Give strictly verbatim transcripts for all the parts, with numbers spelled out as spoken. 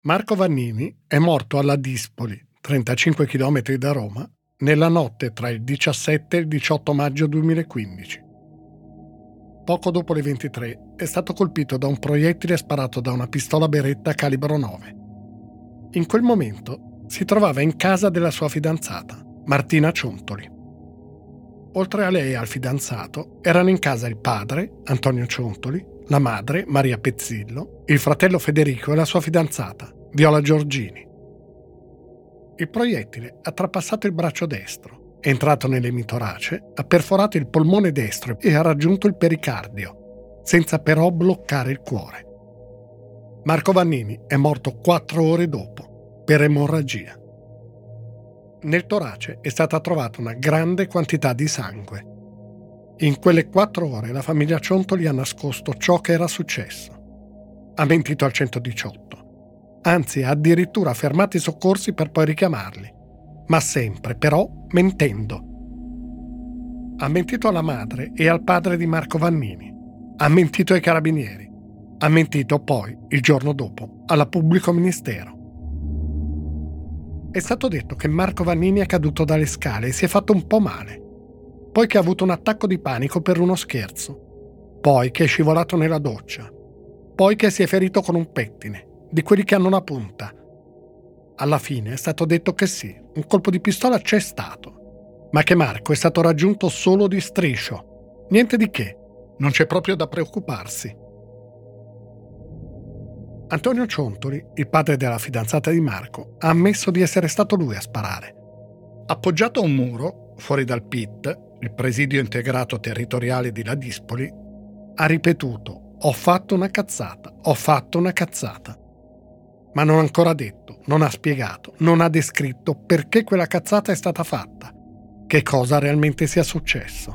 Marco Vannini è morto alla Dispoli, trentacinque chilometri da Roma, nella notte tra il diciassette e il diciotto maggio duemilaquindici. Poco dopo le ventitré è stato colpito da un proiettile sparato da una pistola Beretta calibro nove. In quel momento si trovava in casa della sua fidanzata, Martina Ciontoli. Oltre a lei e al fidanzato, erano in casa il padre, Antonio Ciontoli, la madre, Maria Pezzillo, il fratello Federico e la sua fidanzata, Viola Giorgini. Il proiettile ha trapassato il braccio destro, è entrato nell'emitorace, ha perforato il polmone destro e ha raggiunto il pericardio, senza però bloccare il cuore. Marco Vannini è morto quattro ore dopo, per emorragia. Nel torace è stata trovata una grande quantità di sangue. In quelle quattro ore la famiglia Ciontoli ha nascosto ciò che era successo. Ha mentito al centodiciotto. Anzi, ha addirittura fermato i soccorsi per poi richiamarli. Ma sempre, però, mentendo. Ha mentito alla madre e al padre di Marco Vannini. Ha mentito ai carabinieri. Ha mentito poi, il giorno dopo, alla pubblico ministero. È stato detto che Marco Vannini è caduto dalle scale e si è fatto un po' male. Poi che ha avuto un attacco di panico per uno scherzo. Poi che è scivolato nella doccia. Poi che si è ferito con un pettine, di quelli che hanno una punta. Alla fine è stato detto che sì, un colpo di pistola c'è stato, ma che Marco è stato raggiunto solo di striscio. Niente di che, non c'è proprio da preoccuparsi. Antonio Ciontoli, il padre della fidanzata di Marco, ha ammesso di essere stato lui a sparare. Appoggiato a un muro, fuori dal P I T, il presidio integrato territoriale di La Dispoli, ha ripetuto: ho fatto una cazzata, ho fatto una cazzata. Ma non ha ancora detto, non ha spiegato, non ha descritto perché quella cazzata è stata fatta, che cosa realmente sia successo.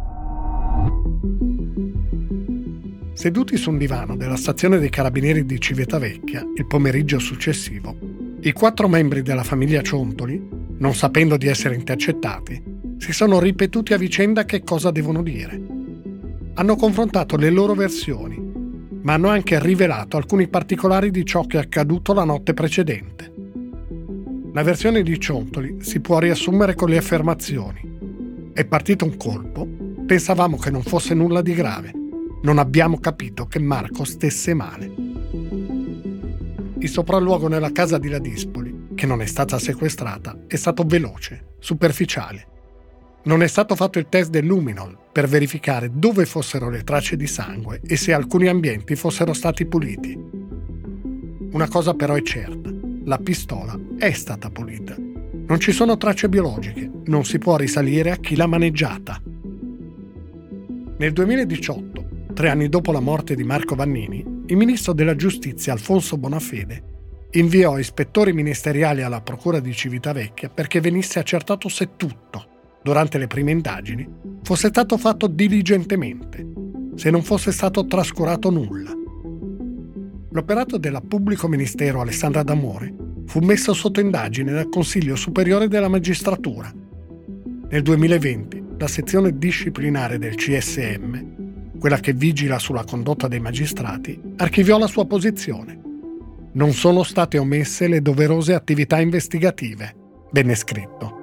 Seduti su un divano della stazione dei carabinieri di Civitavecchia il pomeriggio successivo, i quattro membri della famiglia Ciontoli, non sapendo di essere intercettati, si sono ripetuti a vicenda che cosa devono dire. Hanno confrontato le loro versioni, ma hanno anche rivelato alcuni particolari di ciò che è accaduto la notte precedente. La versione di Ciontoli si può riassumere con le affermazioni: è partito un colpo, pensavamo che non fosse nulla di grave, non abbiamo capito che Marco stesse male. Il sopralluogo nella casa di La Dispoli, che non è stata sequestrata, è stato veloce, superficiale. Non è stato fatto il test del luminol per verificare dove fossero le tracce di sangue e se alcuni ambienti fossero stati puliti. Una cosa però è certa: la pistola è stata pulita. Non ci sono tracce biologiche, non si può risalire a chi l'ha maneggiata. Nel duemiladiciotto, tre anni dopo la morte di Marco Vannini, il ministro della Giustizia Alfonso Bonafede inviò ispettori ministeriali alla procura di Civitavecchia perché venisse accertato se tutto, durante le prime indagini, fosse stato fatto diligentemente, se non fosse stato trascurato nulla. L'operato della pubblico ministero Alessandra D'Amore fu messo sotto indagine dal Consiglio Superiore della Magistratura. Nel duemilaventi, la sezione disciplinare del C S M, quella che vigila sulla condotta dei magistrati, archiviò la sua posizione. Non sono state omesse le doverose attività investigative, venne scritto.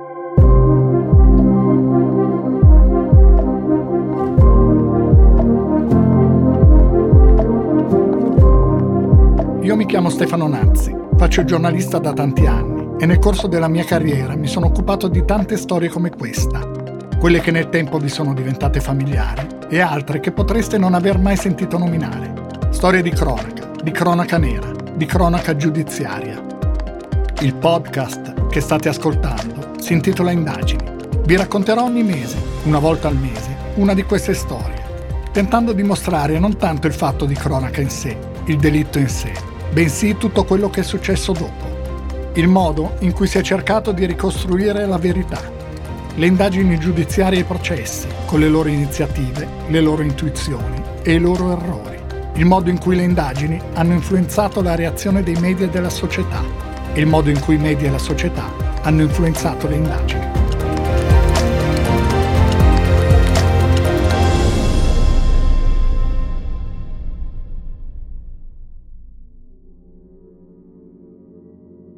Io mi chiamo Stefano Nazzi, faccio il giornalista da tanti anni e nel corso della mia carriera mi sono occupato di tante storie come questa, quelle che nel tempo vi sono diventate familiari e altre che potreste non aver mai sentito nominare. Storie di cronaca, di cronaca nera, di cronaca giudiziaria. Il podcast che state ascoltando si intitola Indagini. Vi racconterò ogni mese, una volta al mese, una di queste storie, tentando di mostrare non tanto il fatto di cronaca in sé, il delitto in sé, bensì tutto quello che è successo dopo, il modo in cui si è cercato di ricostruire la verità, le indagini giudiziarie e i processi, con le loro iniziative, le loro intuizioni e i loro errori, il modo in cui le indagini hanno influenzato la reazione dei media e della società e il modo in cui i media e la società hanno influenzato le indagini.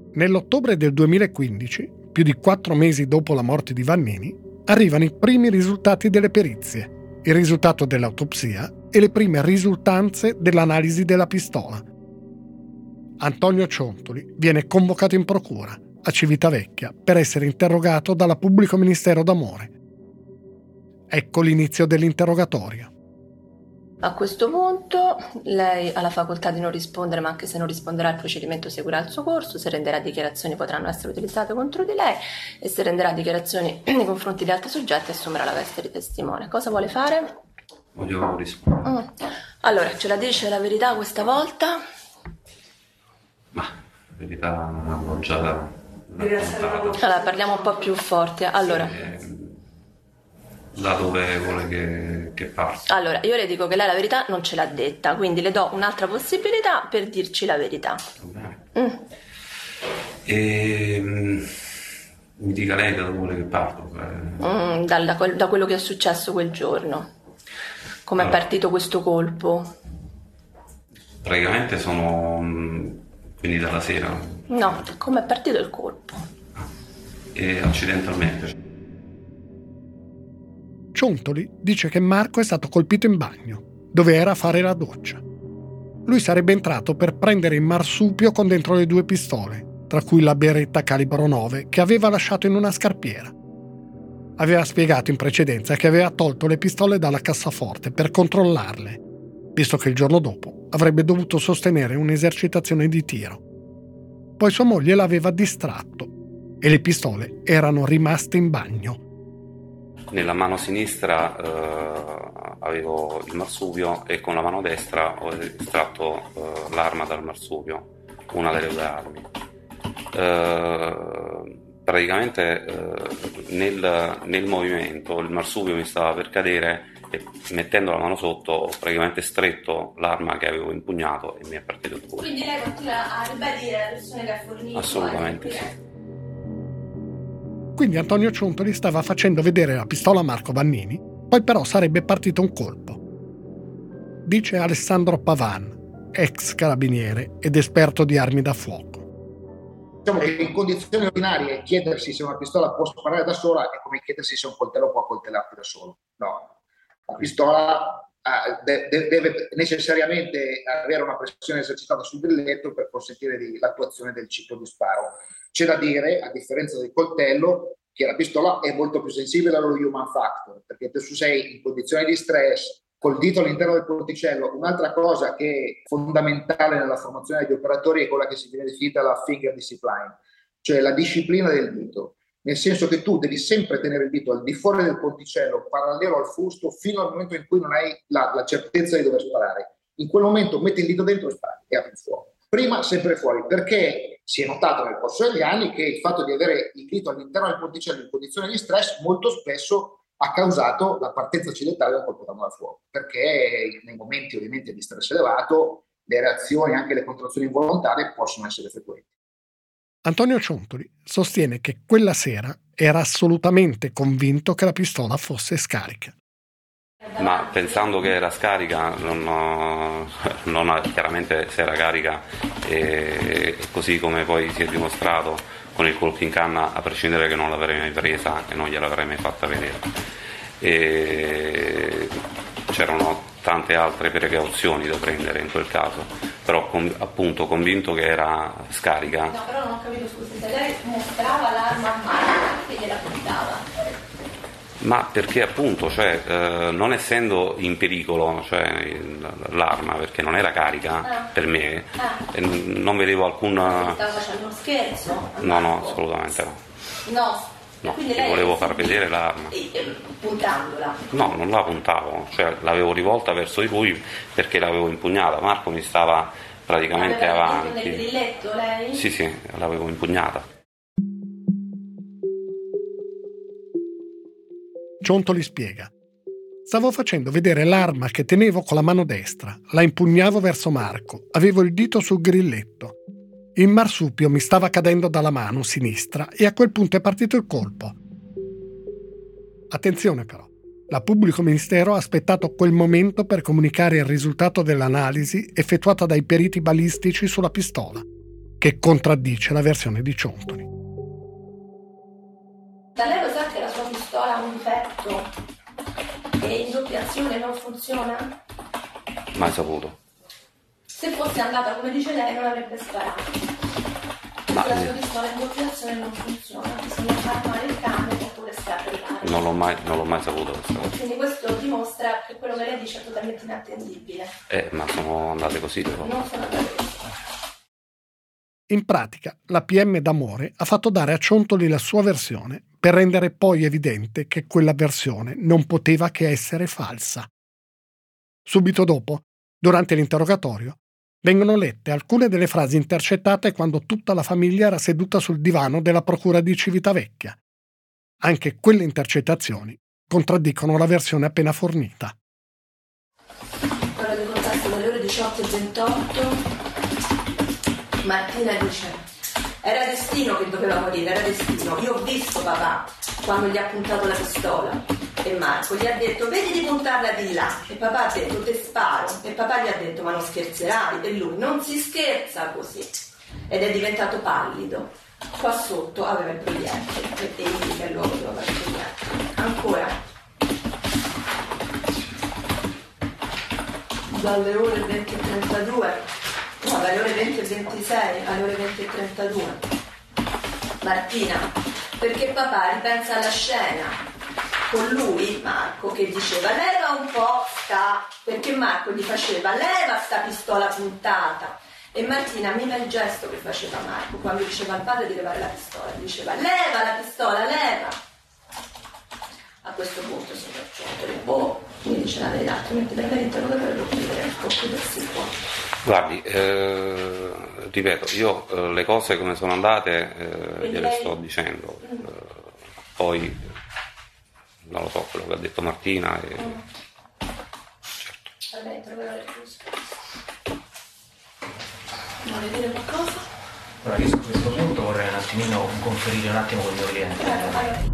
Nell'ottobre del duemilaquindici, più di quattro mesi dopo la morte di Vannini, arrivano i primi risultati delle perizie, il risultato dell'autopsia e le prime risultanze dell'analisi della pistola. Antonio Ciontoli viene convocato in procura a Civitavecchia per essere interrogato dalla Pubblico Ministero d'Amore. Ecco l'inizio dell'interrogatorio. A questo punto lei ha la facoltà di non rispondere, ma anche se non risponderà il procedimento seguirà il suo corso. Se renderà dichiarazioni potranno essere utilizzate contro di lei e se renderà dichiarazioni nei confronti di altri soggetti assumerà la veste di testimone. Cosa vuole fare? Voglio rispondere. Mm. Allora, ce la dice la verità questa volta? Ma la verità l'ho già raccontata. Allora, parliamo un po' più forte. Allora... Eh, da dove vuole che, che parta? Allora, io le dico che lei la verità non ce l'ha detta, quindi le do un'altra possibilità per dirci la verità. Va Mm. bene. E, mm, mi dica lei da dove vuole che parto? Mm, da, da, quel- da quello che è successo quel giorno. Come è Allora. partito questo colpo? Praticamente sono mm, quindi dalla sera No, come è partito il colpo? e accidentalmente. Ciontoli dice che Marco è stato colpito in bagno, dove era a fare la doccia. Lui sarebbe entrato per prendere il marsupio con dentro le due pistole, tra cui la beretta calibro nove che aveva lasciato in una scarpiera. Aveva spiegato in precedenza che aveva tolto le pistole dalla cassaforte per controllarle, visto che il giorno dopo avrebbe dovuto sostenere un'esercitazione di tiro. Poi sua moglie l'aveva distratto e le pistole erano rimaste in bagno. Nella mano sinistra eh, avevo il marsupio e con la mano destra ho estratto eh, l'arma dal marsupio, una delle due armi. Eh, praticamente eh, nel, nel movimento il marsupio mi stava per cadere e mettendo la mano sotto ho praticamente stretto l'arma che avevo impugnato e mi è partito il cuore. Quindi lei continua a ribadire la versione che ha fornito? Assolutamente sì. Quindi Antonio Ciontoli stava facendo vedere la pistola a Marco Vannini, poi però sarebbe partito un colpo. Dice Alessandro Pavan, ex carabiniere ed esperto di armi da fuoco. Diciamo che in condizioni ordinarie chiedersi se una pistola può sparare da sola è come chiedersi se un coltello può coltellarti da solo. No, la pistola ah, de- de- deve necessariamente avere una pressione esercitata sul grilletto per consentire di- l'attuazione del ciclo di sparo. C'è da dire, a differenza del coltello, che la pistola è molto più sensibile allo human factor, perché tu sei in condizioni di stress, col dito all'interno del porticello. Un'altra cosa che è fondamentale nella formazione degli operatori è quella che si viene definita la finger discipline, cioè la disciplina del dito, nel senso che tu devi sempre tenere il dito al di fuori del ponticello, parallelo al fusto, fino al momento in cui non hai la, la certezza di dover sparare. In quel momento metti il dito dentro e spari e apri il fuoco. Prima sempre fuori, perché si è notato nel corso degli anni che il fatto di avere il dito all'interno del ponticello in condizioni di stress molto spesso ha causato la partenza accidentale del colpo d'arma da fuoco, perché nei momenti ovviamente di stress elevato le reazioni, anche le contrazioni involontarie, possono essere frequenti. Antonio Ciontoli sostiene che quella sera era assolutamente convinto che la pistola fosse scarica. Ma pensando che era scarica, non, ho, non ho, chiaramente se era carica, e così come poi si è dimostrato con il colpo in canna, a prescindere che non l'avrei mai presa e non gliel'avrei mai fatta vedere. E c'erano tante altre precauzioni da prendere in quel caso, però con, appunto convinto che era scarica. No, però non ho capito, scusi, se lei mostrava l'arma a Marco, che gliela portava? Ma perché appunto, cioè, eh, non essendo in pericolo, cioè, l'arma, perché non era carica ah. per me, ah. e non vedevo alcun... Stava facendo uno scherzo? No, no, assolutamente no. No, No, quindi ti lei volevo far vedere l'arma. Puntandola? No, non la puntavo, cioè l'avevo rivolta verso di lui perché l'avevo impugnata. Marco mi stava praticamente Aveva avanti. Nel grilletto lei? Sì, sì, l'avevo impugnata. Ciontoli spiega. Stavo facendo vedere l'arma che tenevo con la mano destra, la impugnavo verso Marco, avevo il dito sul grilletto. Il marsupio mi stava cadendo dalla mano sinistra e a quel punto è partito il colpo. Attenzione però, la Pubblico Ministero ha aspettato quel momento per comunicare il risultato dell'analisi effettuata dai periti balistici sulla pistola. che contraddice la versione di Ciontoli. Da lei lo sa che la sua pistola ha un difetto e in doppia azione non funziona? Mai saputo. Se fosse andata come dice lei non avrebbe sparato. Ma la sua pistola in doppia azione non funziona, bisogna fermare il cane oppure scaricare. Non l'ho mai, non l'ho mai saputo questa cosa. Quindi questo dimostra che quello che lei dice è totalmente inattendibile. Eh, ma sono andate così le cose. Non sono andate così. In pratica, la P M d'Amore ha fatto dare a Ciontoli la sua versione per rendere poi evidente che quella versione non poteva che essere falsa. Subito dopo, durante l'interrogatorio, vengono lette alcune delle frasi intercettate quando tutta la famiglia era seduta sul divano della procura di Civitavecchia. Anche quelle intercettazioni contraddicono la versione appena fornita. Quello del contesto dalle ore diciotto e ventotto, Martina dice: era destino che doveva morire, era destino. Io ho visto papà quando gli ha puntato la pistola e Marco gli ha detto vedi di puntarla di là e papà ha detto te sparo e papà gli ha detto ma non scherzerai e lui non si scherza così ed è diventato pallido. Qua sotto aveva il proiettile e indica il luogo dove aveva il proiettile. Ancora dalle ore venti e trentadue, no, dalle ore venti e ventisei alle ore venti e trentadue. Martina, perché papà ripensa alla scena con lui, Marco, che diceva leva un po' sta, perché Marco gli faceva leva sta pistola puntata e Martina mima il gesto che faceva Marco quando diceva al padre di levare la pistola, diceva leva la pistola, leva. A questo punto signor Ciontoli, boh, mi dice la verità, altrimenti per me l'interrogatorio lo chiudere, può chiudersi qua. Guardi, eh, ripeto, io eh, le cose come sono andate eh, gliele sto dicendo, mm. eh, poi non lo so quello che ha detto Martina e... mm. certo. Vabbè, interrogatorio chiuso. Vuole dire qualcosa? Allora, io su questo punto vorrei un attimino conferire un attimo con il mio cliente. Allora, allora.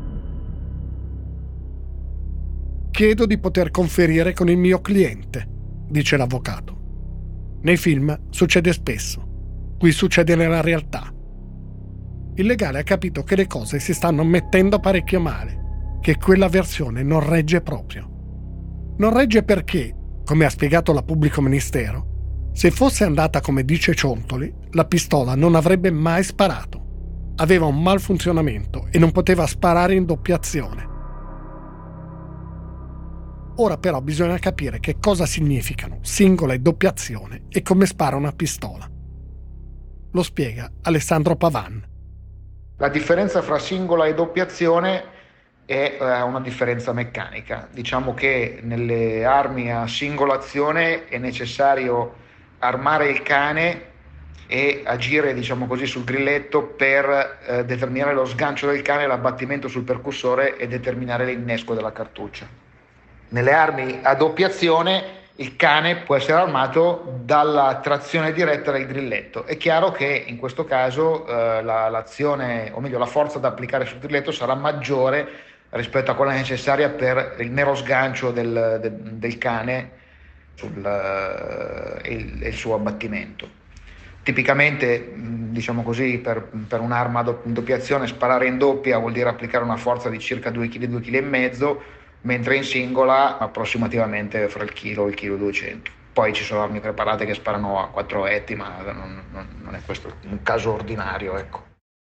Chiedo di poter conferire con il mio cliente, dice l'avvocato. Nei film succede spesso, qui succede nella realtà. Il legale ha capito che le cose si stanno mettendo parecchio male, che quella versione non regge proprio. Non regge perché, come ha spiegato la pubblico ministero, se fosse andata come dice Ciontoli, la pistola non avrebbe mai sparato. Aveva un malfunzionamento e non poteva sparare in doppia azione. Ora però bisogna capire che cosa significano singola e doppia azione e come spara una pistola. Lo spiega Alessandro Pavan. La differenza fra singola e doppia azione è eh, una differenza meccanica. Diciamo che nelle armi a singola azione è necessario armare il cane e agire, diciamo così, sul grilletto per eh, determinare lo sgancio del cane, l'abbattimento sul percussore e determinare l'innesco della cartuccia. Nelle armi a doppia azione il cane può essere armato dalla trazione diretta del grilletto. È chiaro che in questo caso eh, la, l'azione, o meglio la forza da applicare sul grilletto sarà maggiore rispetto a quella necessaria per il mero sgancio del, del, del cane sul, uh, e il, il suo abbattimento. Tipicamente, diciamo così, per, per un'arma a doppia azione sparare in doppia vuol dire applicare una forza di circa due chili, due chili e mezzo, mentre in singola approssimativamente fra il chilo e il chilo duecento. Poi ci sono armi preparate che sparano a quattro etti, ma non, non, non è questo un caso ordinario, ecco.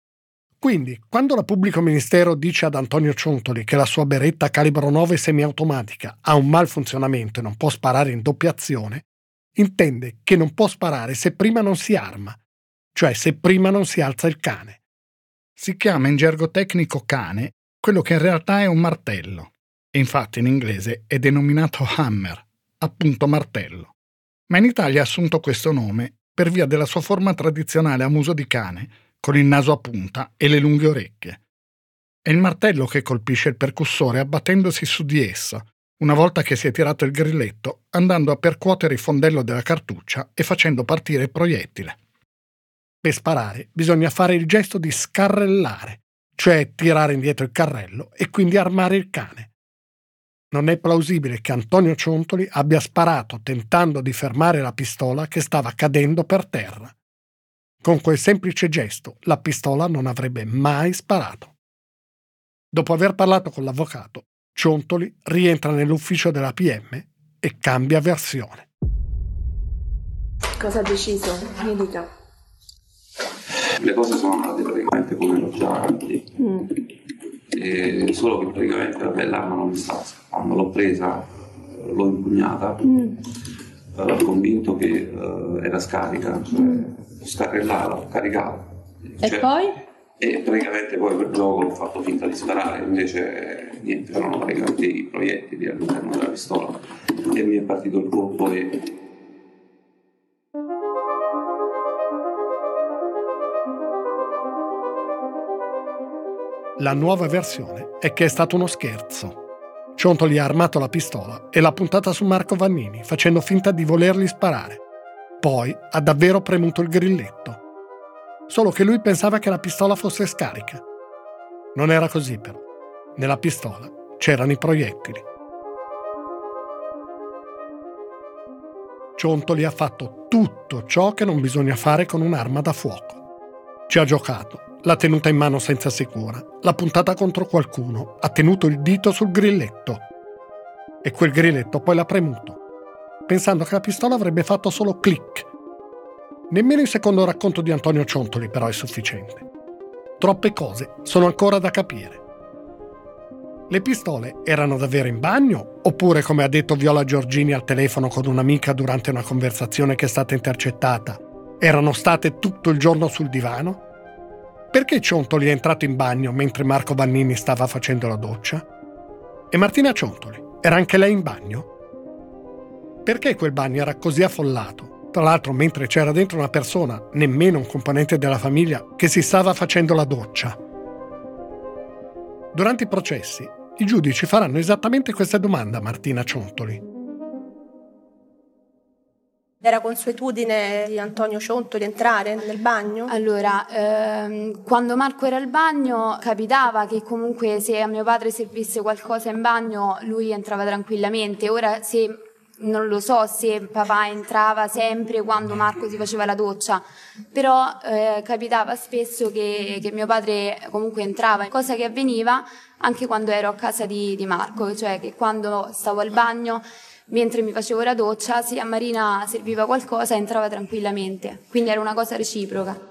Quindi, quando la pubblico ministero dice ad Antonio Ciontoli che la sua beretta calibro nove semiautomatica ha un malfunzionamento e non può sparare in doppia azione, intende che non può sparare se prima non si arma, cioè se prima non si alza il cane. Si chiama in gergo tecnico cane quello che in realtà è un martello. E infatti in inglese è denominato hammer, appunto martello. Ma in Italia ha assunto questo nome per via della sua forma tradizionale a muso di cane, con il naso a punta e le lunghe orecchie. È il martello che colpisce il percussore abbattendosi su di essa, una volta che si è tirato il grilletto, andando a percuotere il fondello della cartuccia e facendo partire il proiettile. Per sparare bisogna fare il gesto di scarrellare, cioè tirare indietro il carrello e quindi armare il cane. Non è plausibile che Antonio Ciontoli abbia sparato tentando di fermare la pistola che stava cadendo per terra. Con quel semplice gesto la pistola non avrebbe mai sparato. Dopo aver parlato con l'avvocato, Ciontoli rientra nell'ufficio della P M e cambia versione. Cosa ha deciso? Mi dica. Le cose sono andate praticamente come ero già detto. Mm. E solo che praticamente vabbè, l'arma non mi stava scappando, l'ho presa, l'ho impugnata, mm. Ho convinto che uh, era scarica, cioè mm. scarrellata, caricata. E cioè, poi? E praticamente poi per gioco ho fatto finta di sparare, invece niente, erano praticamente i proiettili all'interno della pistola e mi è partito il colpo e... La nuova versione è che è stato uno scherzo. Ciontoli ha armato la pistola e l'ha puntata su Marco Vannini, facendo finta di volergli sparare. Poi ha davvero premuto il grilletto. Solo che lui pensava che la pistola fosse scarica. Non era così però. Nella pistola c'erano i proiettili. Ciontoli ha fatto tutto ciò che non bisogna fare con un'arma da fuoco. Ci ha giocato. L'ha tenuta in mano senza sicura, l'ha puntata contro qualcuno, ha tenuto il dito sul grilletto e quel grilletto poi l'ha premuto, pensando che la pistola avrebbe fatto solo click. Nemmeno il secondo racconto di Antonio Ciontoli però è sufficiente. Troppe cose sono ancora da capire. Le pistole erano davvero in bagno oppure, come ha detto Viola Giorgini al telefono con un'amica durante una conversazione che è stata intercettata, erano state tutto il giorno sul divano? Perché Ciontoli è entrato in bagno mentre Marco Vannini stava facendo la doccia? E Martina Ciontoli, era anche lei in bagno? Perché quel bagno era così affollato? Tra l'altro mentre c'era dentro una persona, nemmeno un componente della famiglia, che si stava facendo la doccia. Durante i processi, i giudici faranno esattamente queste domande a Martina Ciontoli. Era consuetudine di Antonio Ciontoli entrare nel bagno? Allora, ehm, quando Marco era al bagno capitava che comunque se a mio padre servisse qualcosa in bagno lui entrava tranquillamente. Ora se non lo so se papà entrava sempre quando Marco si faceva la doccia, però eh, capitava spesso che, che mio padre comunque entrava, cosa che avveniva anche quando ero a casa di, di Marco, cioè che quando stavo al bagno mentre mi facevo la doccia, se a Marina serviva qualcosa entrava tranquillamente, quindi era una cosa reciproca.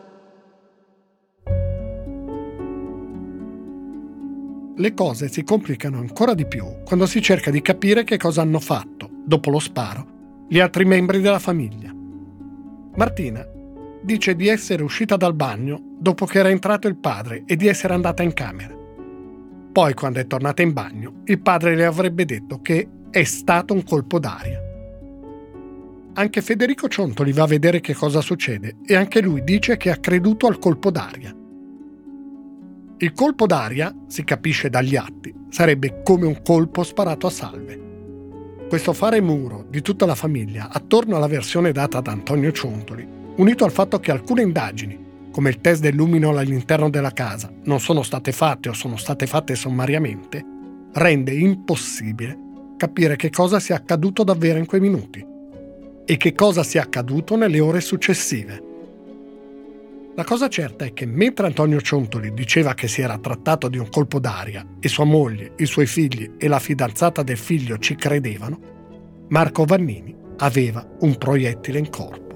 Le cose si complicano ancora di più quando si cerca di capire che cosa hanno fatto, dopo lo sparo, gli altri membri della famiglia. Martina dice di essere uscita dal bagno dopo che era entrato il padre e di essere andata in camera. Poi, quando è tornata in bagno, il padre le avrebbe detto che è stato un colpo d'aria. Anche Federico Ciontoli va a vedere che cosa succede e anche lui dice che ha creduto al colpo d'aria. Il colpo d'aria, si capisce dagli atti, sarebbe come un colpo sparato a salve. Questo fare muro di tutta la famiglia attorno alla versione data da Antonio Ciontoli, unito al fatto che alcune indagini, come il test del luminol all'interno della casa, non sono state fatte o sono state fatte sommariamente, rende impossibile capire che cosa sia accaduto davvero in quei minuti e che cosa sia accaduto nelle ore successive. La cosa certa è che mentre Antonio Ciontoli diceva che si era trattato di un colpo d'aria e sua moglie, i suoi figli e la fidanzata del figlio ci credevano, Marco Vannini aveva un proiettile in corpo.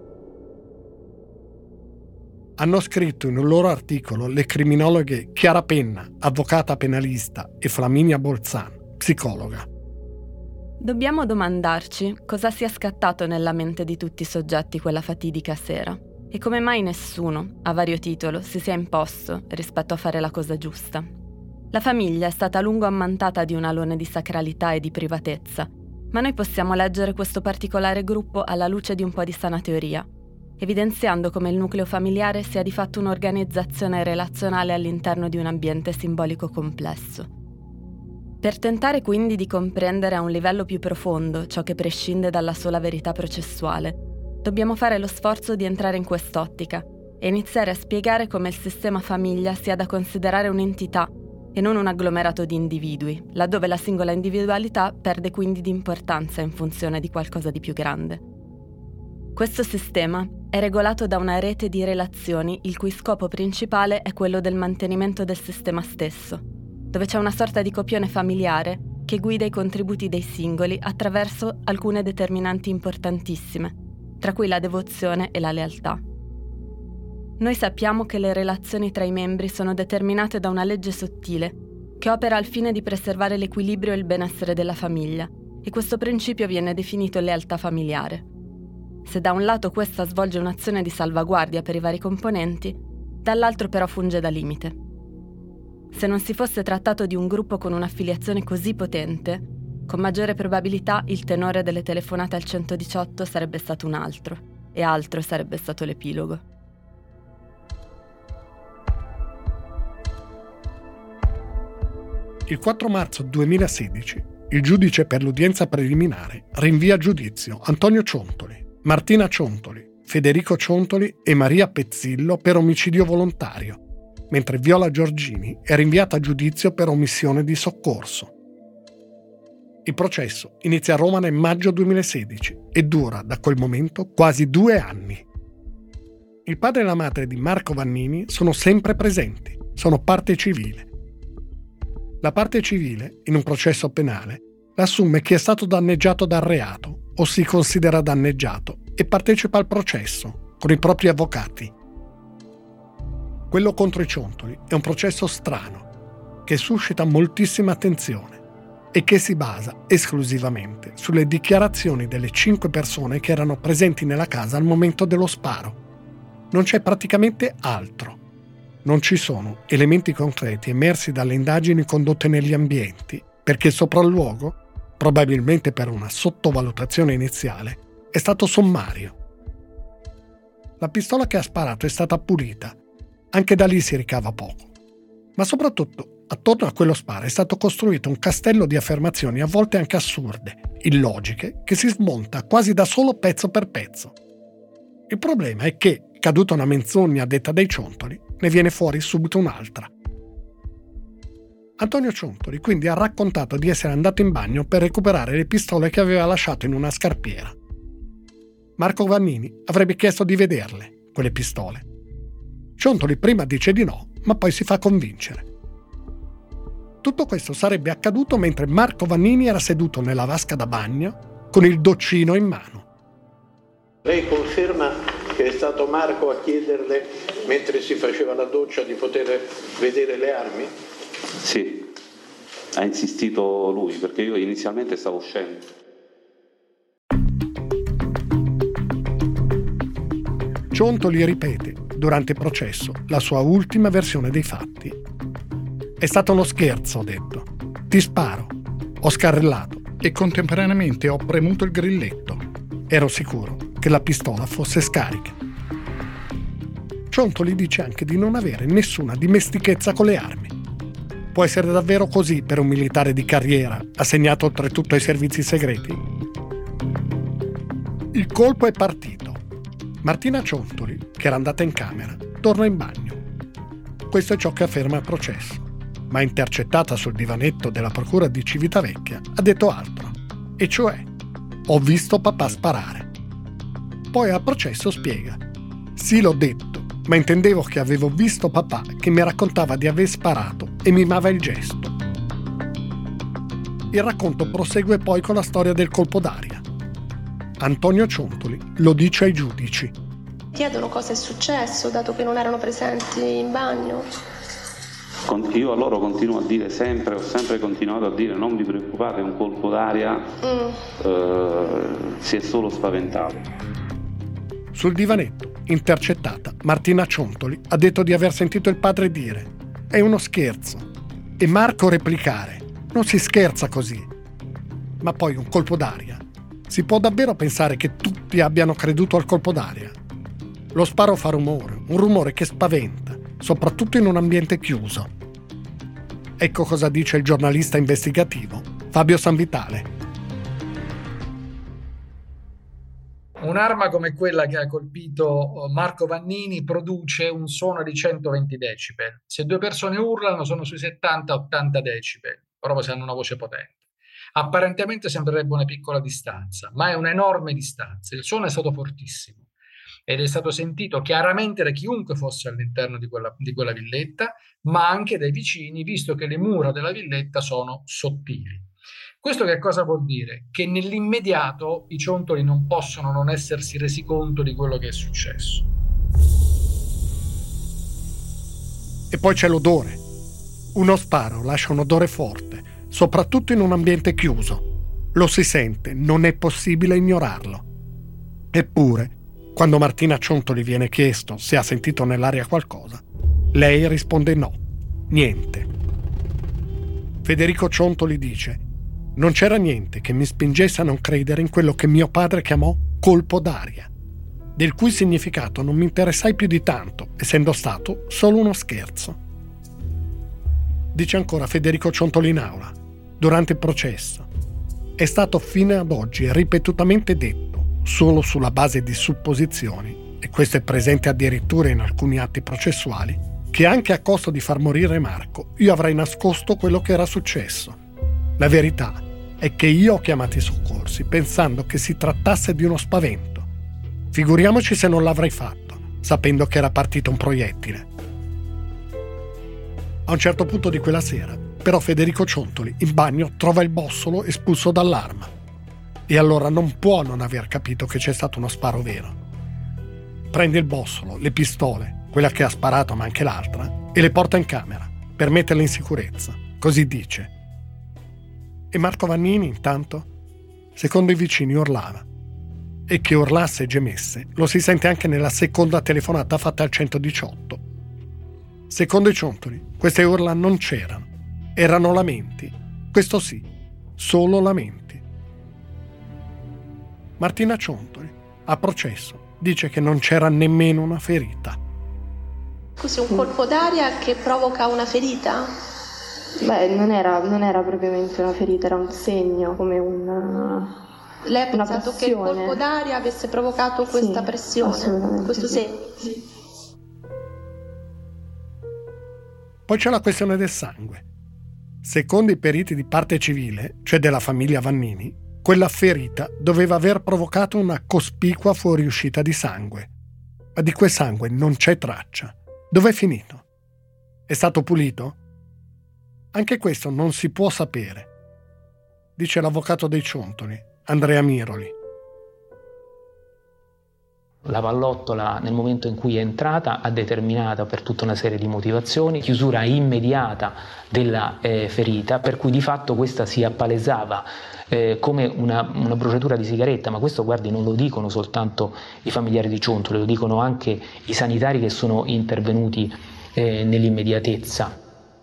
Hanno scritto in un loro articolo le criminologhe Chiara Penna, avvocata penalista, e Flaminia Bolzan, psicologa. Dobbiamo domandarci cosa sia scattato nella mente di tutti i soggetti quella fatidica sera e come mai nessuno, a vario titolo, si sia imposto rispetto a fare la cosa giusta. La famiglia è stata a lungo ammantata di un alone di sacralità e di privatezza, ma noi possiamo leggere questo particolare gruppo alla luce di un po' di sana teoria, evidenziando come il nucleo familiare sia di fatto un'organizzazione relazionale all'interno di un ambiente simbolico complesso. Per tentare quindi di comprendere a un livello più profondo ciò che prescinde dalla sola verità processuale, dobbiamo fare lo sforzo di entrare in quest'ottica e iniziare a spiegare come il sistema famiglia sia da considerare un'entità e non un agglomerato di individui, laddove la singola individualità perde quindi di importanza in funzione di qualcosa di più grande. Questo sistema è regolato da una rete di relazioni il cui scopo principale è quello del mantenimento del sistema stesso, dove c'è una sorta di copione familiare che guida i contributi dei singoli attraverso alcune determinanti importantissime, tra cui la devozione e la lealtà. Noi sappiamo che le relazioni tra i membri sono determinate da una legge sottile che opera al fine di preservare l'equilibrio e il benessere della famiglia, e questo principio viene definito lealtà familiare. Se da un lato questa svolge un'azione di salvaguardia per i vari componenti, dall'altro però funge da limite. Se non si fosse trattato di un gruppo con un'affiliazione così potente, con maggiore probabilità il tenore delle telefonate al centodiciotto sarebbe stato un altro, e altro sarebbe stato l'epilogo. Il quattro marzo duemilasedici, il giudice per l'udienza preliminare rinvia a giudizio Antonio Ciontoli, Martina Ciontoli, Federico Ciontoli e Maria Pezzillo per omicidio volontario, mentre Viola Giorgini è rinviata a giudizio per omissione di soccorso. Il processo inizia a Roma nel maggio duemilasedici e dura da quel momento quasi due anni. Il padre e la madre di Marco Vannini sono sempre presenti, sono parte civile. La parte civile, in un processo penale, assume chi è stato danneggiato dal reato o si considera danneggiato e partecipa al processo con i propri avvocati. Quello contro i Ciontoli è un processo strano che suscita moltissima attenzione e che si basa esclusivamente sulle dichiarazioni delle cinque persone che erano presenti nella casa al momento dello sparo. Non c'è praticamente altro. Non ci sono elementi concreti emersi dalle indagini condotte negli ambienti, perché il sopralluogo, probabilmente per una sottovalutazione iniziale, è stato sommario. La pistola che ha sparato è stata pulita, anche da lì si ricava poco. Ma soprattutto, attorno a quello sparo è stato costruito un castello di affermazioni a volte anche assurde, illogiche, che si smonta quasi da solo pezzo per pezzo. Il problema è che, caduta una menzogna detta dai Ciontoli, ne viene fuori subito un'altra. Antonio Ciontoli quindi ha raccontato di essere andato in bagno per recuperare le pistole che aveva lasciato in una scarpiera. Marco Vannini avrebbe chiesto di vederle, quelle pistole. Ciontoli prima dice di no, ma poi si fa convincere. Tutto questo sarebbe accaduto mentre Marco Vannini era seduto nella vasca da bagno con il doccino in mano. Lei conferma che è stato Marco a chiederle, mentre si faceva la doccia, di poter vedere le armi? Sì, ha insistito lui, perché io inizialmente stavo uscendo. Ciontoli ripete, durante il processo, la sua ultima versione dei fatti. È stato uno scherzo, ho detto. Ti sparo. Ho scarrellato e contemporaneamente ho premuto il grilletto. Ero sicuro che la pistola fosse scarica. Ciontoli dice anche di non avere nessuna dimestichezza con le armi. Può essere davvero così per un militare di carriera, assegnato oltretutto ai servizi segreti? Il colpo è partito. Martina Ciontoli, che era andata in camera, torna in bagno. Questo è ciò che afferma il processo, ma intercettata sul divanetto della procura di Civitavecchia ha detto altro, e cioè: ho visto papà sparare. Poi al processo spiega: sì, l'ho detto, ma intendevo che avevo visto papà che mi raccontava di aver sparato e mimava il gesto. Il racconto prosegue poi con la storia del colpo d'aria. Antonio Ciontoli lo dice ai giudici. Chiedono cosa è successo, dato che non erano presenti in bagno. Io a loro continuo a dire sempre, ho sempre continuato a dire: non vi preoccupate, è un colpo d'aria, mm. eh, si è solo spaventato. Sul divanetto, intercettata, Martina Ciontoli ha detto di aver sentito il padre dire: è uno scherzo, e Marco replicare: non si scherza così. Ma poi un colpo d'aria. Si può davvero pensare che tutti abbiano creduto al colpo d'aria? Lo sparo fa rumore, un rumore che spaventa, soprattutto in un ambiente chiuso. Ecco cosa dice il giornalista investigativo Fabio Sanvitale. Un'arma come quella che ha colpito Marco Vannini produce un suono di centoventi decibel. Se due persone urlano sono sui settanta ottanta decibel, proprio se hanno una voce potente. Apparentemente sembrerebbe una piccola distanza, ma è un'enorme distanza. Il suono è stato fortissimo ed è stato sentito chiaramente da chiunque fosse all'interno di quella, di quella villetta, ma anche dai vicini, visto che le mura della villetta sono sottili. Questo che cosa vuol dire? Che nell'immediato i Ciontoli non possono non essersi resi conto di quello che è successo. E poi c'è l'odore. Uno sparo lascia un odore forte, soprattutto in un ambiente chiuso. Lo si sente, non è possibile ignorarlo. Eppure, quando Martina Ciontoli viene chiesto se ha sentito nell'aria qualcosa, lei risponde no, niente. Federico Ciontoli dice: non c'era niente che mi spingesse a non credere in quello che mio padre chiamò colpo d'aria, del cui significato non mi interessai più di tanto, essendo stato solo uno scherzo. Dice ancora Federico Ciontoli in aula, durante il processo: è stato fino ad oggi ripetutamente detto, solo sulla base di supposizioni, e questo è presente addirittura in alcuni atti processuali, che anche a costo di far morire Marco io avrei nascosto quello che era successo. La verità è che io ho chiamato i soccorsi pensando che si trattasse di uno spavento. Figuriamoci se non l'avrei fatto, sapendo che era partito un proiettile. A un certo punto di quella sera, però, Federico Ciontoli in bagno trova il bossolo espulso dall'arma. E allora non può non aver capito che c'è stato uno sparo vero. Prende il bossolo, le pistole, quella che ha sparato ma anche l'altra, e le porta in camera per metterle in sicurezza. Così dice. E Marco Vannini, intanto, secondo i vicini urlava. E che urlasse e gemesse lo si sente anche nella seconda telefonata fatta al centodiciotto. Secondo i Ciontoli, queste urla non c'erano. Erano lamenti. Questo sì, solo lamenti. Martina Ciontoli, a processo, dice che non c'era nemmeno una ferita. Così un colpo d'aria che provoca una ferita? Beh, non era, non era propriamente una ferita, era un segno, come una... Lei ha pensato che il colpo d'aria avesse provocato questa sì, pressione, questo sì. segno? Sì. Poi c'è la questione del sangue. Secondo i periti di parte civile, cioè della famiglia Vannini, quella ferita doveva aver provocato una cospicua fuoriuscita di sangue. Ma di quel sangue non c'è traccia. Dov'è finito? È stato pulito? Anche questo non si può sapere, dice l'avvocato dei Ciontoli, Andrea Miroli. La pallottola, nel momento in cui è entrata, ha determinato per tutta una serie di motivazioni chiusura immediata della eh, ferita, per cui di fatto questa si appalesava eh, come una, una bruciatura di sigaretta, ma questo, guardi, non lo dicono soltanto i familiari di Ciontoli, lo dicono anche i sanitari che sono intervenuti eh, nell'immediatezza.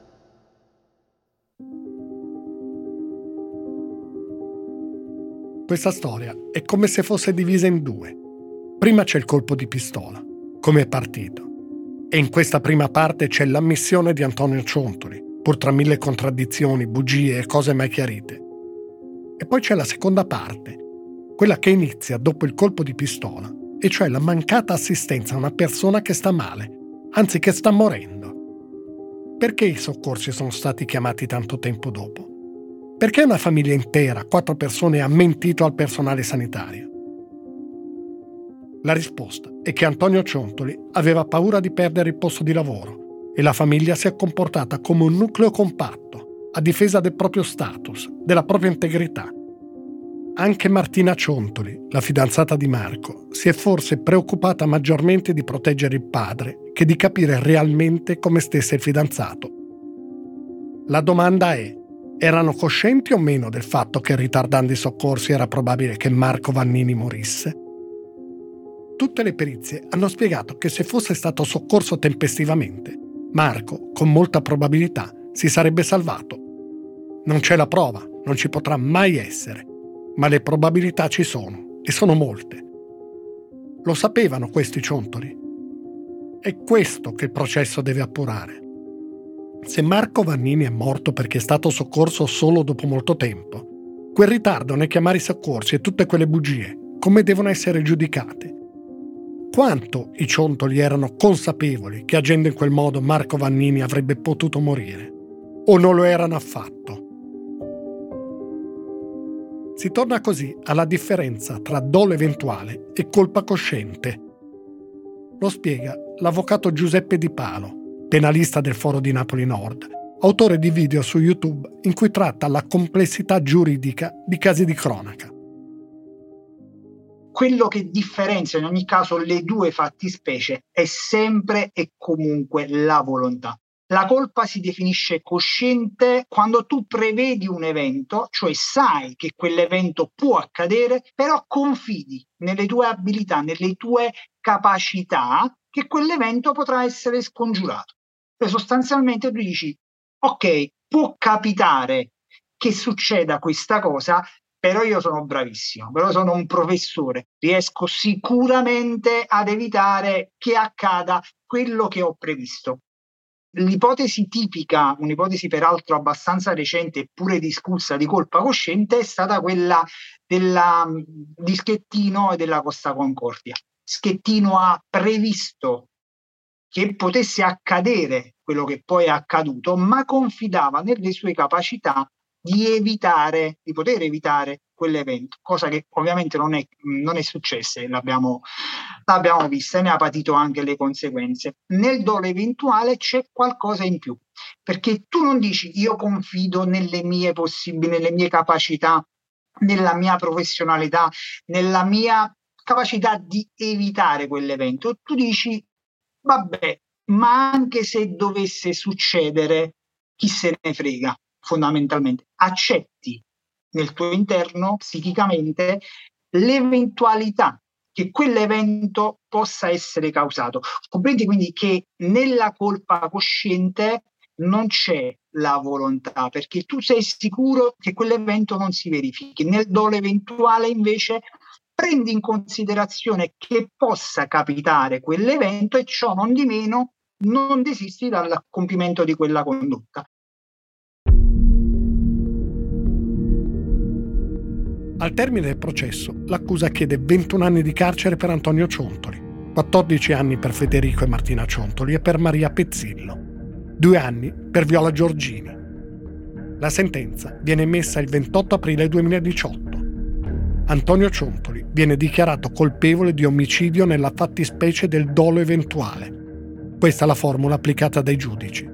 Questa storia è come se fosse divisa in due. Prima c'è il colpo di pistola, come è partito. E in questa prima parte c'è l'ammissione di Antonio Ciontoli, pur tra mille contraddizioni, bugie e cose mai chiarite. E poi c'è la seconda parte, quella che inizia dopo il colpo di pistola, e cioè la mancata assistenza a una persona che sta male, anzi che sta morendo. Perché i soccorsi sono stati chiamati tanto tempo dopo? Perché una famiglia intera, quattro persone, ha mentito al personale sanitario? La risposta è che Antonio Ciontoli aveva paura di perdere il posto di lavoro e la famiglia si è comportata come un nucleo compatto, a difesa del proprio status, della propria integrità. Anche Martina Ciontoli, la fidanzata di Marco, si è forse preoccupata maggiormente di proteggere il padre che di capire realmente come stesse il fidanzato. La domanda è: erano coscienti o meno del fatto che ritardando i soccorsi era probabile che Marco Vannini morisse? Tutte le perizie hanno spiegato che se fosse stato soccorso tempestivamente, Marco, con molta probabilità, si sarebbe salvato. Non c'è la prova, non ci potrà mai essere, ma le probabilità ci sono, e sono molte. Lo sapevano questi Ciontoli? È questo che il processo deve appurare. Se Marco Vannini è morto perché è stato soccorso solo dopo molto tempo, quel ritardo nel chiamare i soccorsi e tutte quelle bugie, come devono essere giudicate? Quanto i Ciontoli erano consapevoli che agendo in quel modo Marco Vannini avrebbe potuto morire? O non lo erano affatto? Si torna così alla differenza tra dolo eventuale e colpa cosciente. Lo spiega l'avvocato Giuseppe Di Palo, penalista del Foro di Napoli Nord, autore di video su YouTube in cui tratta la complessità giuridica di casi di cronaca. Quello che differenzia in ogni caso le due fattispecie è sempre e comunque la volontà. La colpa si definisce cosciente quando tu prevedi un evento, cioè sai che quell'evento può accadere, però confidi nelle tue abilità, nelle tue capacità, che quell'evento potrà essere scongiurato. Cioè, sostanzialmente tu dici, ok, può capitare che succeda questa cosa, però io sono bravissimo, però sono un professore, riesco sicuramente ad evitare che accada quello che ho previsto. L'ipotesi tipica, un'ipotesi peraltro abbastanza recente e pure discussa di colpa cosciente, è stata quella della, di Schettino e della Costa Concordia. Schettino ha previsto che potesse accadere quello che poi è accaduto, ma confidava nelle sue capacità di evitare, di poter evitare quell'evento, cosa che ovviamente non è, non è successa e l'abbiamo, l'abbiamo vista e ne ha patito anche le conseguenze. Nel dolo eventuale c'è qualcosa in più, perché tu non dici io confido nelle mie possibili, nelle mie capacità, nella mia professionalità, nella mia capacità di evitare quell'evento. Tu dici vabbè, ma anche se dovesse succedere, chi se ne frega. Fondamentalmente accetti nel tuo interno psichicamente l'eventualità che quell'evento possa essere causato. Comprendi quindi che nella colpa cosciente non c'è la volontà, perché tu sei sicuro che quell'evento non si verifichi. Nel dolo eventuale invece prendi in considerazione che possa capitare quell'evento e ciò non di meno non desisti dal compimento di quella condotta. Al termine del processo, l'accusa chiede ventuno anni di carcere per Antonio Ciontoli, quattordici anni per Federico e Martina Ciontoli e per Maria Pezzillo, due anni per Viola Giorgini. La sentenza viene emessa il ventotto aprile duemiladiciotto. Antonio Ciontoli viene dichiarato colpevole di omicidio nella fattispecie del dolo eventuale. Questa è la formula applicata dai giudici.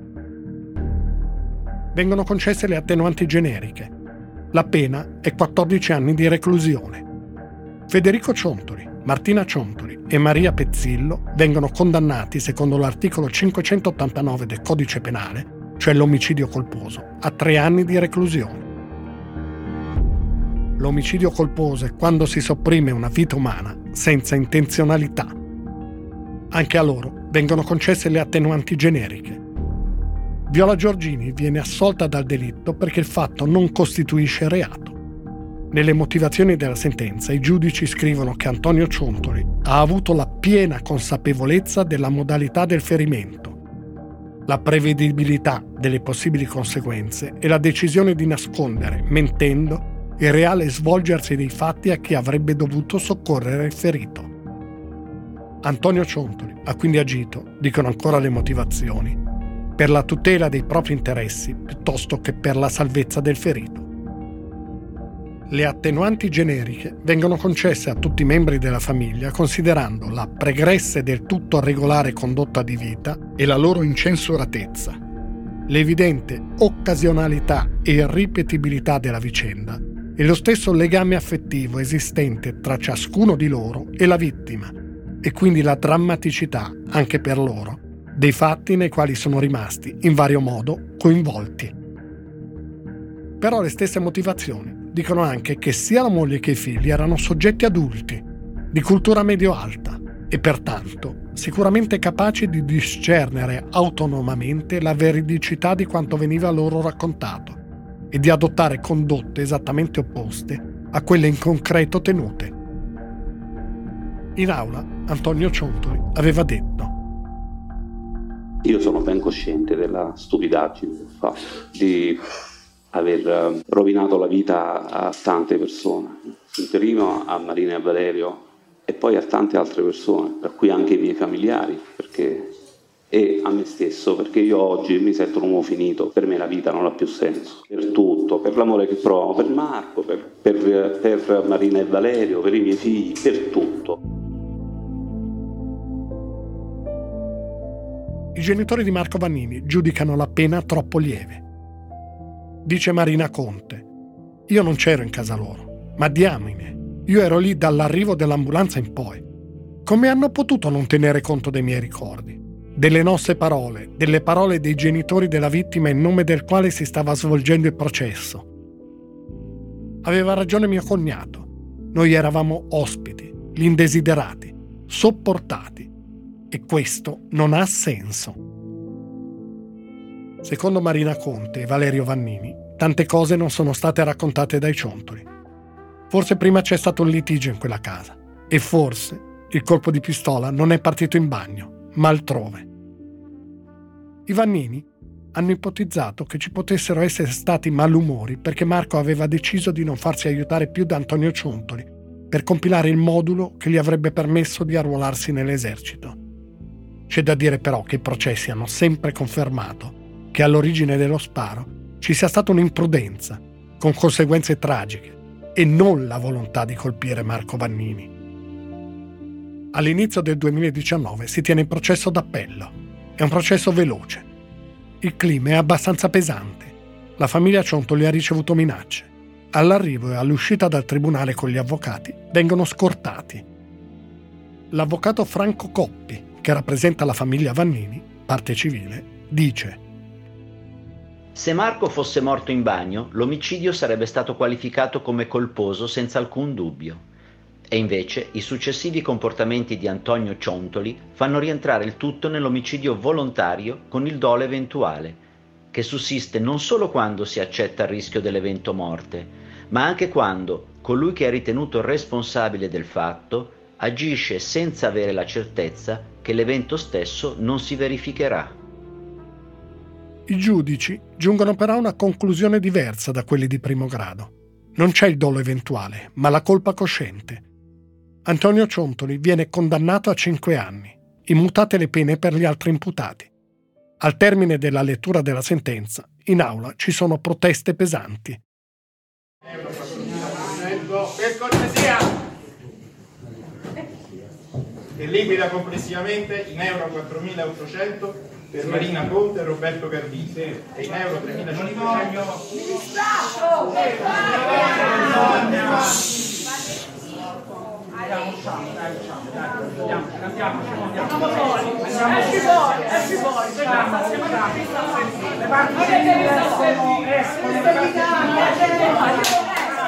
Vengono concesse le attenuanti generiche. La pena è quattordici anni di reclusione. Federico Ciontoli, Martina Ciontoli e Maria Pezzillo vengono condannati secondo l'articolo cinquecentottantanove del Codice Penale, cioè l'omicidio colposo, a tre anni di reclusione. L'omicidio colposo è quando si sopprime una vita umana senza intenzionalità. Anche a loro vengono concesse le attenuanti generiche. Viola Giorgini viene assolta dal delitto perché il fatto non costituisce reato. Nelle motivazioni della sentenza i giudici scrivono che Antonio Ciontoli ha avuto la piena consapevolezza della modalità del ferimento, la prevedibilità delle possibili conseguenze e la decisione di nascondere, mentendo, il reale svolgersi dei fatti a chi avrebbe dovuto soccorrere il ferito. Antonio Ciontoli ha quindi agito, dicono ancora le motivazioni, per la tutela dei propri interessi piuttosto che per la salvezza del ferito. Le attenuanti generiche vengono concesse a tutti i membri della famiglia considerando la pregressa e del tutto regolare condotta di vita e la loro incensuratezza, l'evidente occasionalità e ripetibilità della vicenda e lo stesso legame affettivo esistente tra ciascuno di loro e la vittima e quindi la drammaticità, anche per loro, dei fatti nei quali sono rimasti, in vario modo, coinvolti. Però le stesse motivazioni dicono anche che sia la moglie che i figli erano soggetti adulti, di cultura medio-alta, e pertanto sicuramente capaci di discernere autonomamente la veridicità di quanto veniva loro raccontato e di adottare condotte esattamente opposte a quelle in concreto tenute. In aula, Antonio Ciontoli aveva detto: io sono ben cosciente della stupidaggine che ho fatto, di aver rovinato la vita a tante persone, in primo a Marina e a Valerio e poi a tante altre persone, tra cui anche i miei familiari, perché e a me stesso, perché io oggi mi sento un uomo finito, per me la vita non ha più senso, per tutto, per l'amore che provo, per Marco, per, per, per Marina e Valerio, per i miei figli, per tutto. I genitori di Marco Vannini giudicano la pena troppo lieve. Dice Marina Conte: io non c'ero in casa loro, ma diamine, io ero lì dall'arrivo dell'ambulanza in poi. Come hanno potuto non tenere conto dei miei ricordi, delle nostre parole, delle parole dei genitori della vittima in nome del quale si stava svolgendo il processo? Aveva ragione mio cognato. Noi eravamo ospiti, gli indesiderati, sopportati. E questo non ha senso. Secondo Marina Conte e Valerio Vannini, tante cose non sono state raccontate dai Ciontoli. Forse prima c'è stato un litigio in quella casa e forse il colpo di pistola non è partito in bagno, ma altrove. I Vannini hanno ipotizzato che ci potessero essere stati malumori perché Marco aveva deciso di non farsi aiutare più da Antonio Ciontoli per compilare il modulo che gli avrebbe permesso di arruolarsi nell'esercito. C'è da dire però che i processi hanno sempre confermato che all'origine dello sparo ci sia stata un'imprudenza con conseguenze tragiche e non la volontà di colpire Marco Vannini. All'inizio del duemiladiciannove si tiene il processo d'appello. È un processo veloce. Il clima è abbastanza pesante. La famiglia Ciontoli ha ricevuto minacce. All'arrivo e all'uscita dal tribunale con gli avvocati vengono scortati. L'avvocato Franco Coppi, che rappresenta la famiglia Vannini, parte civile, dice: se Marco fosse morto in bagno, l'omicidio sarebbe stato qualificato come colposo senza alcun dubbio. E invece i successivi comportamenti di Antonio Ciontoli fanno rientrare il tutto nell'omicidio volontario con il dolo eventuale, che sussiste non solo quando si accetta il rischio dell'evento morte, ma anche quando colui che è ritenuto responsabile del fatto agisce senza avere la certezza che l'evento stesso non si verificherà. I giudici giungono però a una conclusione diversa da quelli di primo grado. Non c'è il dolo eventuale, ma la colpa cosciente. Antonio Ciontoli viene condannato a cinque anni, immutate le pene per gli altri imputati. Al termine della lettura della sentenza, in aula ci sono proteste pesanti. Per cortesia! Che liquida complessivamente in euro quattromilaottocento per Marina Conte e Roberto Gardini e in euro tremilacinquecento. Andiamo, usciamo, dai, usciamo, dai, andiamo, andiamo, andiamo fuori, esci fuori, esci fuori, le partite escono, escono, le partite.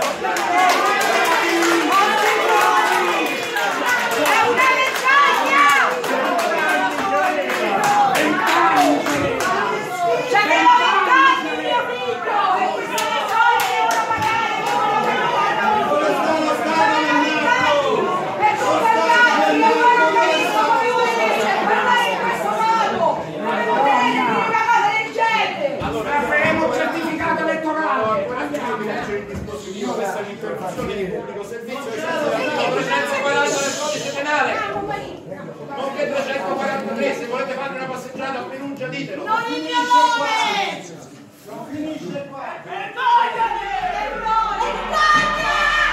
Ditelo. Non il mio nome! Non finisce qua! Vergogna! Vergogna!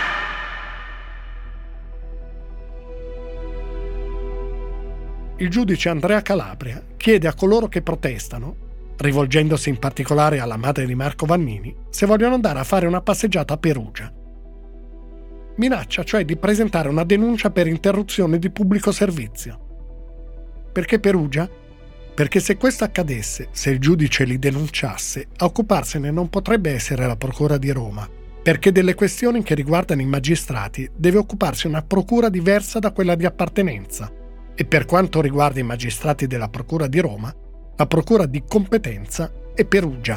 Il giudice Andrea Calabria chiede a coloro che protestano, rivolgendosi in particolare alla madre di Marco Vannini, se vogliono andare a fare una passeggiata a Perugia. Minaccia cioè di presentare una denuncia per interruzione di pubblico servizio. Perché Perugia? Perché se questo accadesse, se il giudice li denunciasse, a occuparsene non potrebbe essere la Procura di Roma, perché delle questioni che riguardano i magistrati deve occuparsi una procura diversa da quella di appartenenza, e per quanto riguarda i magistrati della Procura di Roma, la procura di competenza è Perugia.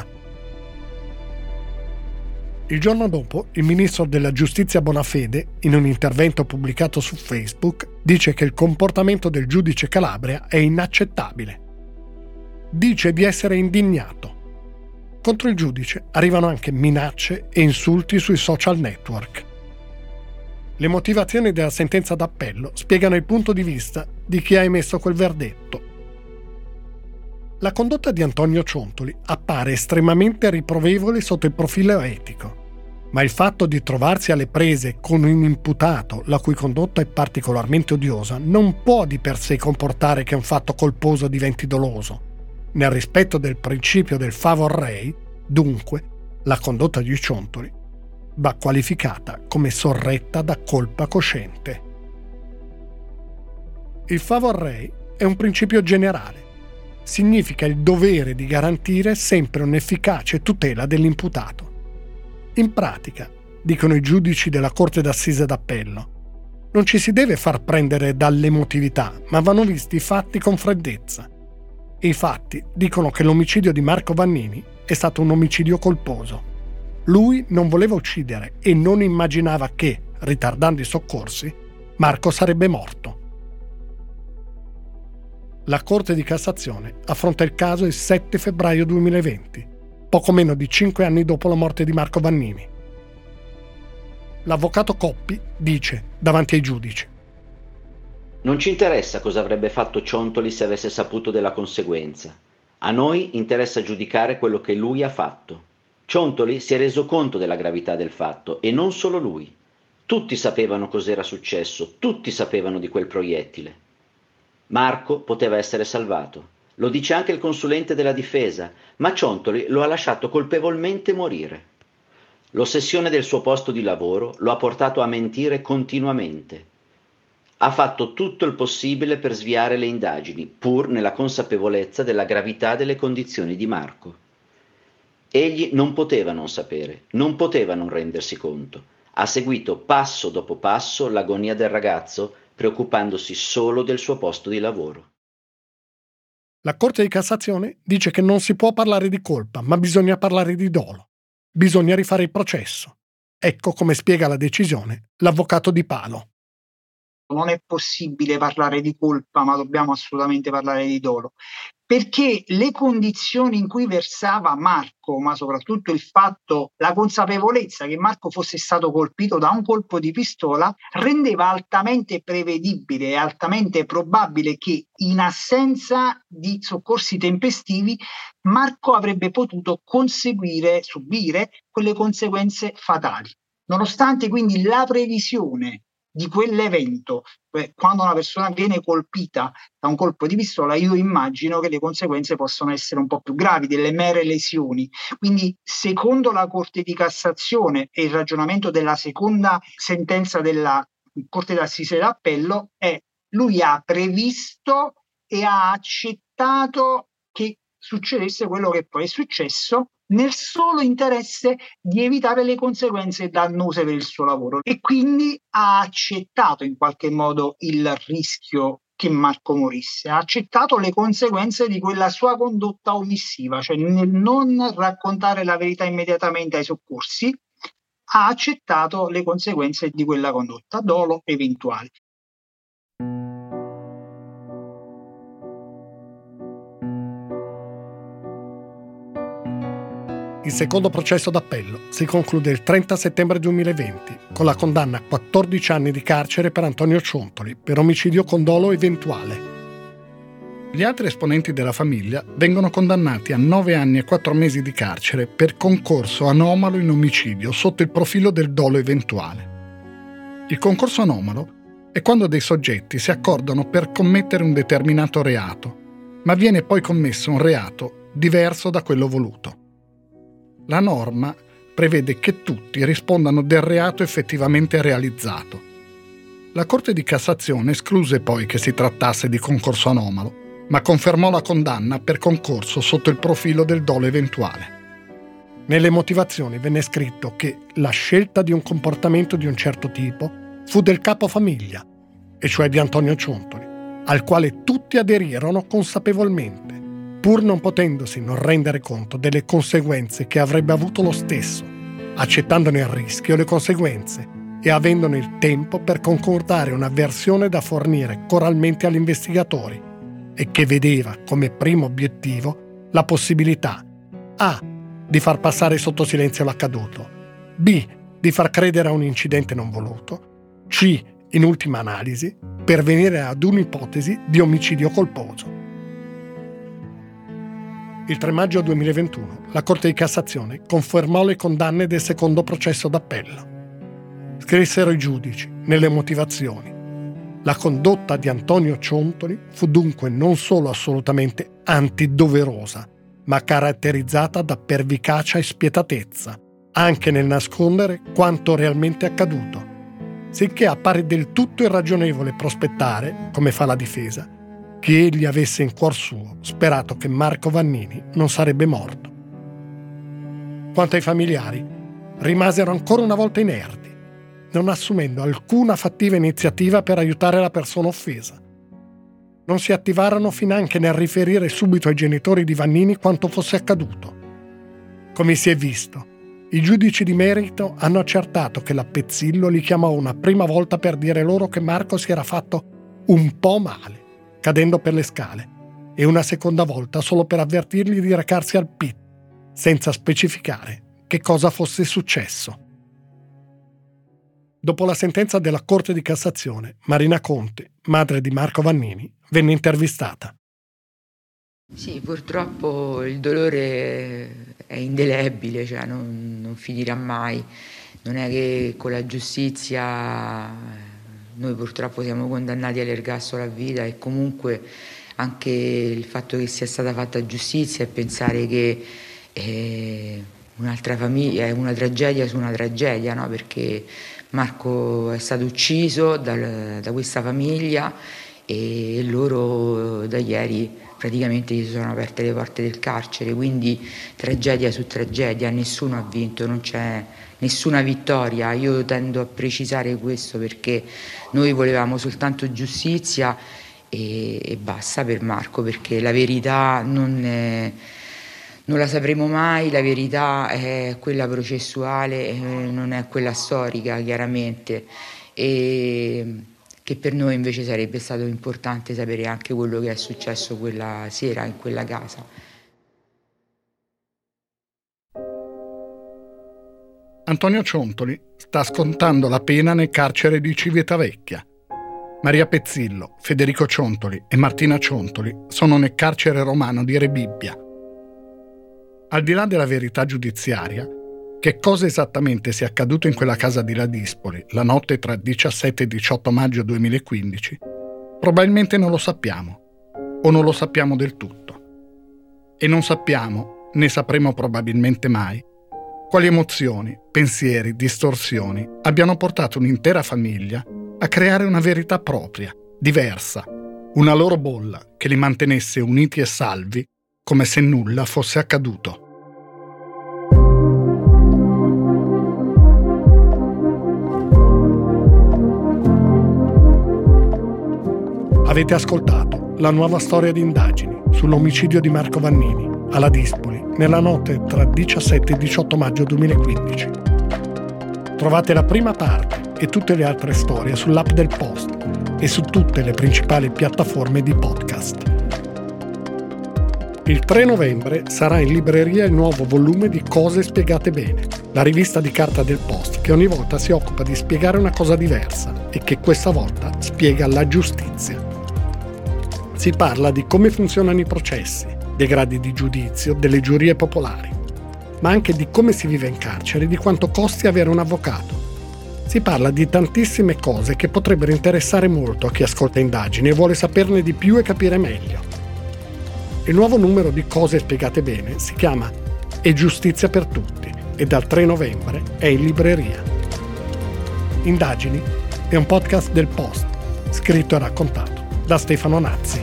Il giorno dopo, il ministro della Giustizia Bonafede, in un intervento pubblicato su Facebook, dice che il comportamento del giudice Calabria è inaccettabile. Dice di essere indignato. Contro il giudice arrivano anche minacce e insulti sui social network. Le motivazioni della sentenza d'appello spiegano il punto di vista di chi ha emesso quel verdetto. La condotta di Antonio Ciontoli appare estremamente riprovevole sotto il profilo etico, ma il fatto di trovarsi alle prese con un imputato la cui condotta è particolarmente odiosa non può di per sé comportare che un fatto colposo diventi doloso. Nel rispetto del principio del favor rei, dunque, la condotta di Ciontoli va qualificata come sorretta da colpa cosciente. Il favor rei è un principio generale. Significa il dovere di garantire sempre un'efficace tutela dell'imputato. In pratica, dicono i giudici della Corte d'Assise d'Appello, non ci si deve far prendere dall'emotività, ma vanno visti i fatti con freddezza. E i fatti dicono che l'omicidio di Marco Vannini è stato un omicidio colposo. Lui non voleva uccidere e non immaginava che, ritardando i soccorsi, Marco sarebbe morto. La Corte di Cassazione affronta il caso il sette febbraio duemilaventi, poco meno di cinque anni dopo la morte di Marco Vannini. L'avvocato Coppi dice davanti ai giudici: non ci interessa cosa avrebbe fatto Ciontoli se avesse saputo della conseguenza. A noi interessa giudicare quello che lui ha fatto. Ciontoli si è reso conto della gravità del fatto e non solo lui. Tutti sapevano cos'era successo, tutti sapevano di quel proiettile. Marco poteva essere salvato, lo dice anche il consulente della difesa, ma Ciontoli lo ha lasciato colpevolmente morire. L'ossessione del suo posto di lavoro lo ha portato a mentire continuamente. Ha fatto tutto il possibile per sviare le indagini, pur nella consapevolezza della gravità delle condizioni di Marco. Egli non poteva non sapere, non poteva non rendersi conto. Ha seguito passo dopo passo l'agonia del ragazzo, preoccupandosi solo del suo posto di lavoro. La Corte di Cassazione dice che non si può parlare di colpa, ma bisogna parlare di dolo. Bisogna rifare il processo. Ecco come spiega la decisione l'avvocato Di Palo. Non è possibile parlare di colpa, ma dobbiamo assolutamente parlare di dolo, perché le condizioni in cui versava Marco, ma soprattutto il fatto, la consapevolezza che Marco fosse stato colpito da un colpo di pistola, rendeva altamente prevedibile e altamente probabile che in assenza di soccorsi tempestivi Marco avrebbe potuto conseguire, subire quelle conseguenze fatali. Nonostante quindi la previsione di quell'evento, quando una persona viene colpita da un colpo di pistola, io immagino che le conseguenze possono essere un po' più gravi, delle mere lesioni. Quindi, secondo la Corte di Cassazione e il ragionamento della seconda sentenza della Corte d'Assise d'Appello, è lui ha previsto e ha accettato che succedesse quello che poi è successo, nel solo interesse di evitare le conseguenze dannose per il suo lavoro, e quindi ha accettato in qualche modo il rischio che Marco morisse, ha accettato le conseguenze di quella sua condotta omissiva, cioè nel non raccontare la verità immediatamente ai soccorsi, ha accettato le conseguenze di quella condotta, dolo eventuale. Il secondo processo d'appello si conclude il trenta settembre duemilaventi con la condanna a quattordici anni di carcere per Antonio Ciontoli per omicidio con dolo eventuale. Gli altri esponenti della famiglia vengono condannati a nove anni e quattro mesi di carcere per concorso anomalo in omicidio sotto il profilo del dolo eventuale. Il concorso anomalo è quando dei soggetti si accordano per commettere un determinato reato, ma viene poi commesso un reato diverso da quello voluto. La norma prevede che tutti rispondano del reato effettivamente realizzato. La Corte di Cassazione escluse poi che si trattasse di concorso anomalo, ma confermò la condanna per concorso sotto il profilo del dolo eventuale. Nelle motivazioni venne scritto che la scelta di un comportamento di un certo tipo fu del capofamiglia, e cioè di Antonio Ciontoli, al quale tutti aderirono consapevolmente, pur non potendosi non rendere conto delle conseguenze che avrebbe avuto lo stesso, accettandone il rischio e le conseguenze e avendone il tempo per concordare una versione da fornire coralmente agli investigatori, e che vedeva come primo obiettivo la possibilità A. di far passare sotto silenzio l'accaduto, B. di far credere a un incidente non voluto, C. in ultima analisi, pervenire ad un'ipotesi di omicidio colposo. Il tre maggio duemilaventuno la Corte di Cassazione confermò le condanne del secondo processo d'appello. Scrissero i giudici, nelle motivazioni: la condotta di Antonio Ciontoli fu dunque non solo assolutamente antidoverosa, ma caratterizzata da pervicacia e spietatezza, anche nel nascondere quanto realmente accaduto, sicché appare del tutto irragionevole prospettare, come fa la difesa, che egli avesse in cuor suo sperato che Marco Vannini non sarebbe morto. Quanto ai familiari, rimasero ancora una volta inerti, non assumendo alcuna fattiva iniziativa per aiutare la persona offesa. Non si attivarono finanche nel riferire subito ai genitori di Vannini quanto fosse accaduto. Come si è visto, i giudici di merito hanno accertato che la Pezzillo li chiamò una prima volta per dire loro che Marco si era fatto un po' male, cadendo per le scale, e una seconda volta solo per avvertirgli di recarsi al P I T, senza specificare che cosa fosse successo. Dopo la sentenza della Corte di Cassazione, Marina Conte, madre di Marco Vannini, venne intervistata. Sì, purtroppo il dolore è indelebile, cioè non, non finirà mai. Non è che con la giustizia noi purtroppo siamo condannati all'ergastolo a vita, e comunque anche il fatto che sia stata fatta giustizia e pensare che eh, un'altra famiglia è una tragedia su una tragedia, no? Perché Marco è stato ucciso dal, da questa famiglia e loro da ieri praticamente gli sono aperte le porte del carcere, quindi tragedia su tragedia, nessuno ha vinto, non c'è nessuna vittoria. Io tendo a precisare questo perché noi volevamo soltanto giustizia e, e basta per Marco, perché la verità non, è, non la sapremo mai, la verità è quella processuale, non è quella storica chiaramente, e che per noi invece sarebbe stato importante sapere anche quello che è successo quella sera in quella casa. Antonio Ciontoli sta scontando la pena nel carcere di Civitavecchia. Maria Pezzillo, Federico Ciontoli e Martina Ciontoli sono nel carcere romano di Rebibbia. Al di là della verità giudiziaria, che cosa esattamente sia accaduto in quella casa di Ladispoli la notte tra diciassette e diciotto maggio duemilaquindici, probabilmente non lo sappiamo, o non lo sappiamo del tutto. E non sappiamo, né sapremo probabilmente mai, quali emozioni, pensieri, distorsioni abbiano portato un'intera famiglia a creare una verità propria, diversa, una loro bolla che li mantenesse uniti e salvi come se nulla fosse accaduto. Avete ascoltato la nuova storia di indagini sull'omicidio di Marco Vannini a Ladispoli nella notte tra diciassette e diciotto maggio duemilaquindici. Trovate la prima parte e tutte le altre storie sull'app del Post e su tutte le principali piattaforme di podcast. Il tre novembre sarà in libreria il nuovo volume di Cose spiegate bene, la rivista di carta del Post che ogni volta si occupa di spiegare una cosa diversa e che questa volta spiega la giustizia. Si parla di come funzionano i processi, dei gradi di giudizio, delle giurie popolari, ma anche di come si vive in carcere e di quanto costi avere un avvocato. Si parla di tantissime cose che potrebbero interessare molto a chi ascolta indagini e vuole saperne di più e capire meglio. Il nuovo numero di Cose spiegate bene si chiama E giustizia per tutti e dal tre novembre è in libreria. Indagini è un podcast del Post, scritto e raccontato da Stefano Nazzi.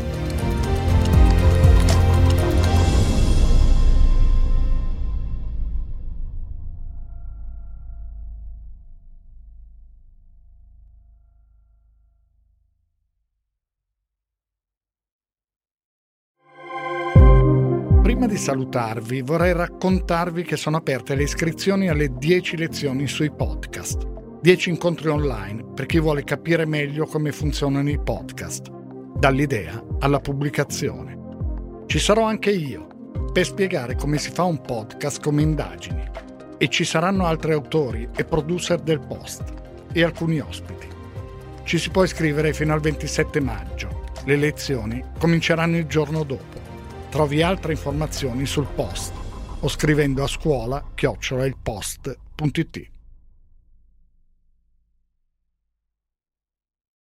Prima di salutarvi vorrei raccontarvi che sono aperte le iscrizioni alle dieci lezioni sui podcast, dieci incontri online per chi vuole capire meglio come funzionano i podcast, dall'idea alla pubblicazione. Ci sarò anche io per spiegare come si fa un podcast come Indagini, e ci saranno altri autori e producer del Post e alcuni ospiti. Ci si può iscrivere fino al ventisette maggio. Le lezioni cominceranno il giorno dopo, Trovi altre informazioni sul Post o scrivendo a scuola chiocciola il post punto it.